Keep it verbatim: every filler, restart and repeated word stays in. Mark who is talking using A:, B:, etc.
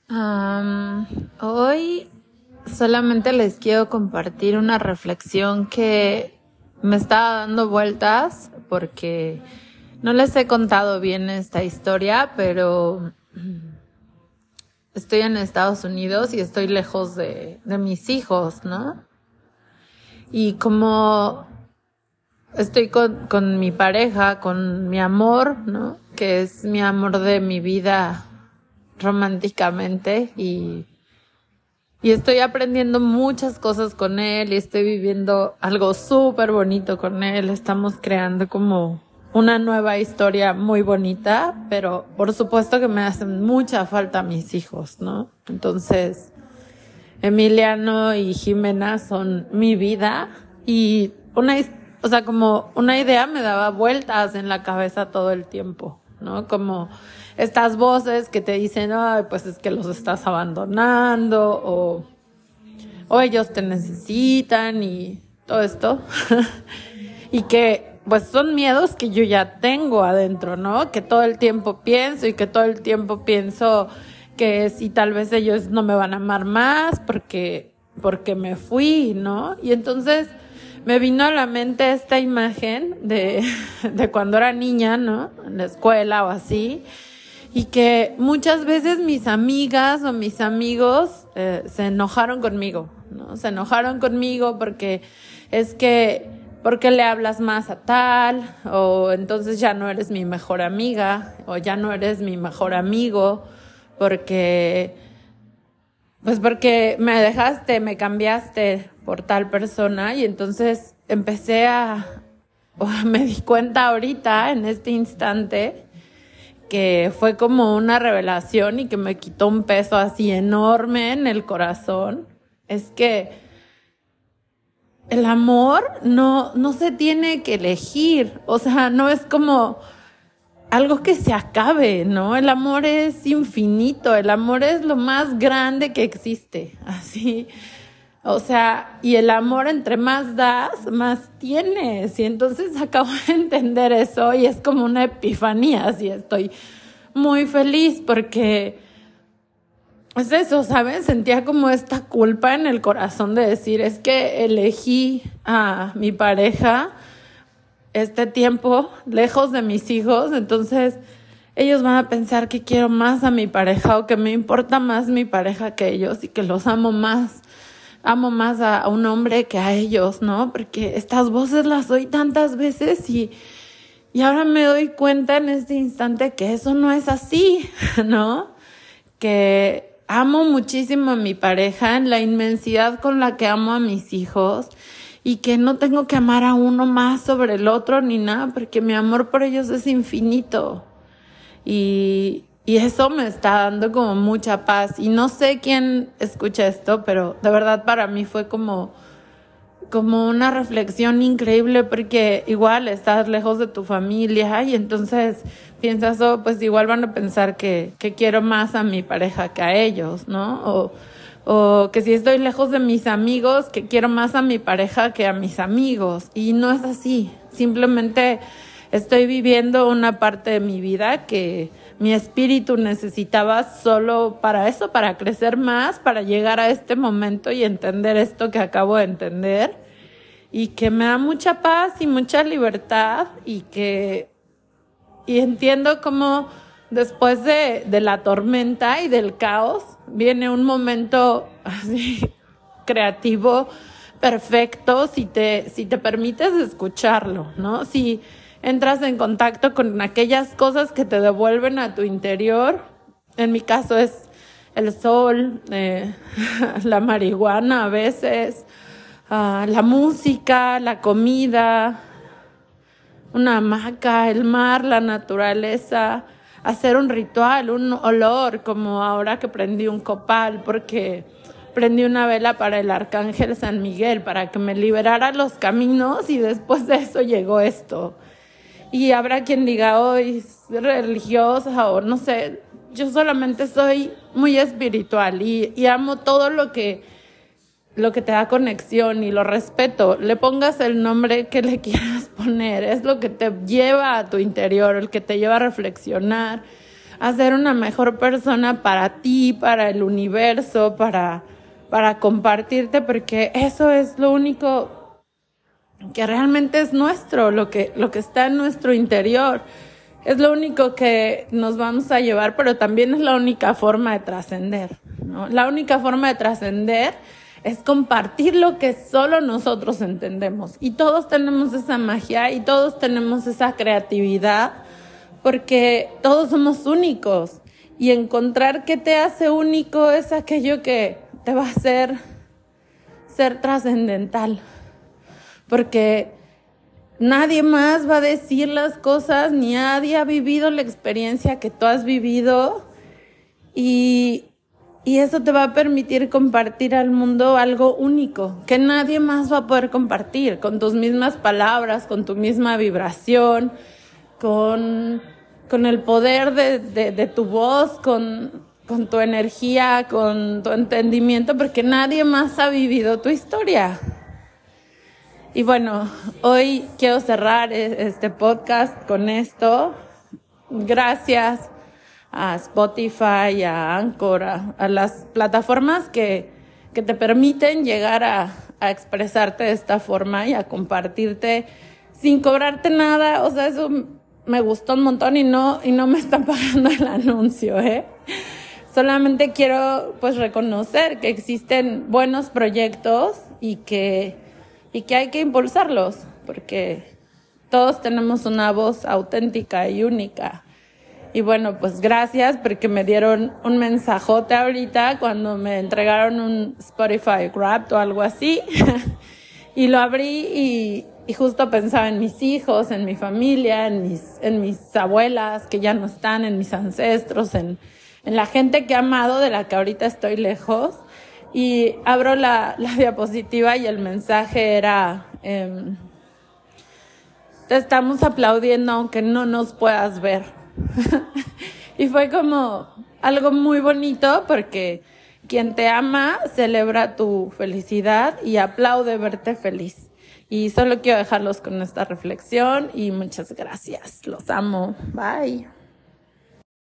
A: Um, hoy solamente les quiero compartir una reflexión que me estaba dando vueltas porque no les he contado bien esta historia, pero estoy en Estados Unidos y estoy lejos de, de mis hijos, ¿no? Y como estoy con, con mi pareja, con mi amor, ¿no? Que es mi amor de mi vida románticamente y, y estoy aprendiendo muchas cosas con él y estoy viviendo algo súper bonito con él. Estamos creando como una nueva historia muy bonita, pero por supuesto que me hacen mucha falta mis hijos, ¿no? Entonces, Emiliano y Jimena son mi vida y una, o sea, como una idea me daba vueltas en la cabeza todo el tiempo, ¿no? Como estas voces que te dicen, ay, pues es que los estás abandonando o, o ellos te necesitan y todo esto. Y que pues son miedos que yo ya tengo adentro, ¿no? Que todo el tiempo pienso y que todo el tiempo pienso que si tal vez ellos no me van a amar más porque, porque me fui, ¿no? Y entonces me vino a la mente esta imagen de, de cuando era niña, ¿no? En la escuela o así. Y que muchas veces mis amigas o mis amigos eh, se enojaron conmigo, ¿no? Se enojaron conmigo porque es que, ¿por qué le hablas más a tal? O entonces ya no eres mi mejor amiga, o ya no eres mi mejor amigo, porque, pues porque me dejaste, me cambiaste por tal persona. Y entonces empecé a, o me di cuenta ahorita, en este instante, que fue como una revelación y que me quitó un peso así enorme en el corazón. Es que el amor no, no se tiene que elegir, o sea, no es como algo que se acabe, ¿no? El amor es infinito, el amor es lo más grande que existe, así. O sea, y el amor entre más das, más tienes. Y entonces acabo de entender eso y es como una epifanía, así estoy muy feliz porque es eso, ¿sabes? Sentía como esta culpa en el corazón de decir, es que elegí a mi pareja este tiempo lejos de mis hijos, entonces ellos van a pensar que quiero más a mi pareja o que me importa más mi pareja que ellos y que los amo más. Amo más a, a un hombre que a ellos, ¿no? Porque estas voces las oí tantas veces y, y ahora me doy cuenta en este instante que eso no es así, ¿no? Que amo muchísimo a mi pareja en la inmensidad con la que amo a mis hijos y que no tengo que amar a uno más sobre el otro ni nada porque mi amor por ellos es infinito. Y... Y eso me está dando como mucha paz. Y no sé quién escucha esto, pero de verdad para mí fue como, como una reflexión increíble porque igual estás lejos de tu familia y entonces piensas, oh, pues igual van a pensar que, que quiero más a mi pareja que a ellos, ¿no? O, o que si estoy lejos de mis amigos, que quiero más a mi pareja que a mis amigos. Y no es así. Simplemente estoy viviendo una parte de mi vida que mi espíritu necesitaba solo para eso, para crecer más, para llegar a este momento y entender esto que acabo de entender y que me da mucha paz y mucha libertad y que y entiendo cómo después de, de la tormenta y del caos viene un momento así creativo, perfecto, si te, si te permites escucharlo, ¿no? Si entras en contacto con aquellas cosas que te devuelven a tu interior. En mi caso es el sol, eh, la marihuana a veces, uh, la música, la comida, una hamaca, el mar, la naturaleza, hacer un ritual, un olor, como ahora que prendí un copal, porque prendí una vela para el arcángel San Miguel, para que me liberara los caminos y después de eso llegó esto. Y habrá quien diga, hoy es religiosa o no sé, yo solamente soy muy espiritual y, y amo todo lo que, lo que te da conexión y lo respeto. Le pongas el nombre que le quieras poner, es lo que te lleva a tu interior, el que te lleva a reflexionar, a ser una mejor persona para ti, para el universo, para, para compartirte, porque eso es lo único que realmente es nuestro, lo que, lo que está en nuestro interior. Es lo único que nos vamos a llevar, pero también es la única forma de trascender, ¿no? La única forma de trascender es compartir lo que solo nosotros entendemos. Y todos tenemos esa magia y todos tenemos esa creatividad, porque todos somos únicos. Y encontrar qué te hace único es aquello que te va a hacer ser trascendental. Porque nadie más va a decir las cosas, ni nadie ha vivido la experiencia que tú has vivido. Y, y eso te va a permitir compartir al mundo algo único, que nadie más va a poder compartir, con tus mismas palabras, con tu misma vibración, con, con el poder de, de, de tu voz, con, con tu energía, con tu entendimiento, porque nadie más ha vivido tu historia. Y bueno, hoy quiero cerrar este podcast con esto. Gracias a Spotify, a Anchor, a, a las plataformas que, que te permiten llegar a, a expresarte de esta forma y a compartirte sin cobrarte nada. O sea, eso me gustó un montón y no, y no me están pagando el anuncio, ¿eh? Solamente quiero pues reconocer que existen buenos proyectos y que y que hay que impulsarlos, porque todos tenemos una voz auténtica y única. Y bueno, pues gracias, porque me dieron un mensajote ahorita cuando me entregaron un Spotify Wrapped o algo así, y lo abrí y, y justo pensaba en mis hijos, en mi familia, en mis, en mis abuelas que ya no están, en mis ancestros, en, en la gente que he amado, de la que ahorita estoy lejos. Y abro la, la diapositiva y el mensaje era, eh, te estamos aplaudiendo aunque no nos puedas ver. Y fue como algo muy bonito, porque quien te ama celebra tu felicidad y aplaude verte feliz. Y solo quiero dejarlos con esta reflexión y muchas gracias. Los amo. Bye.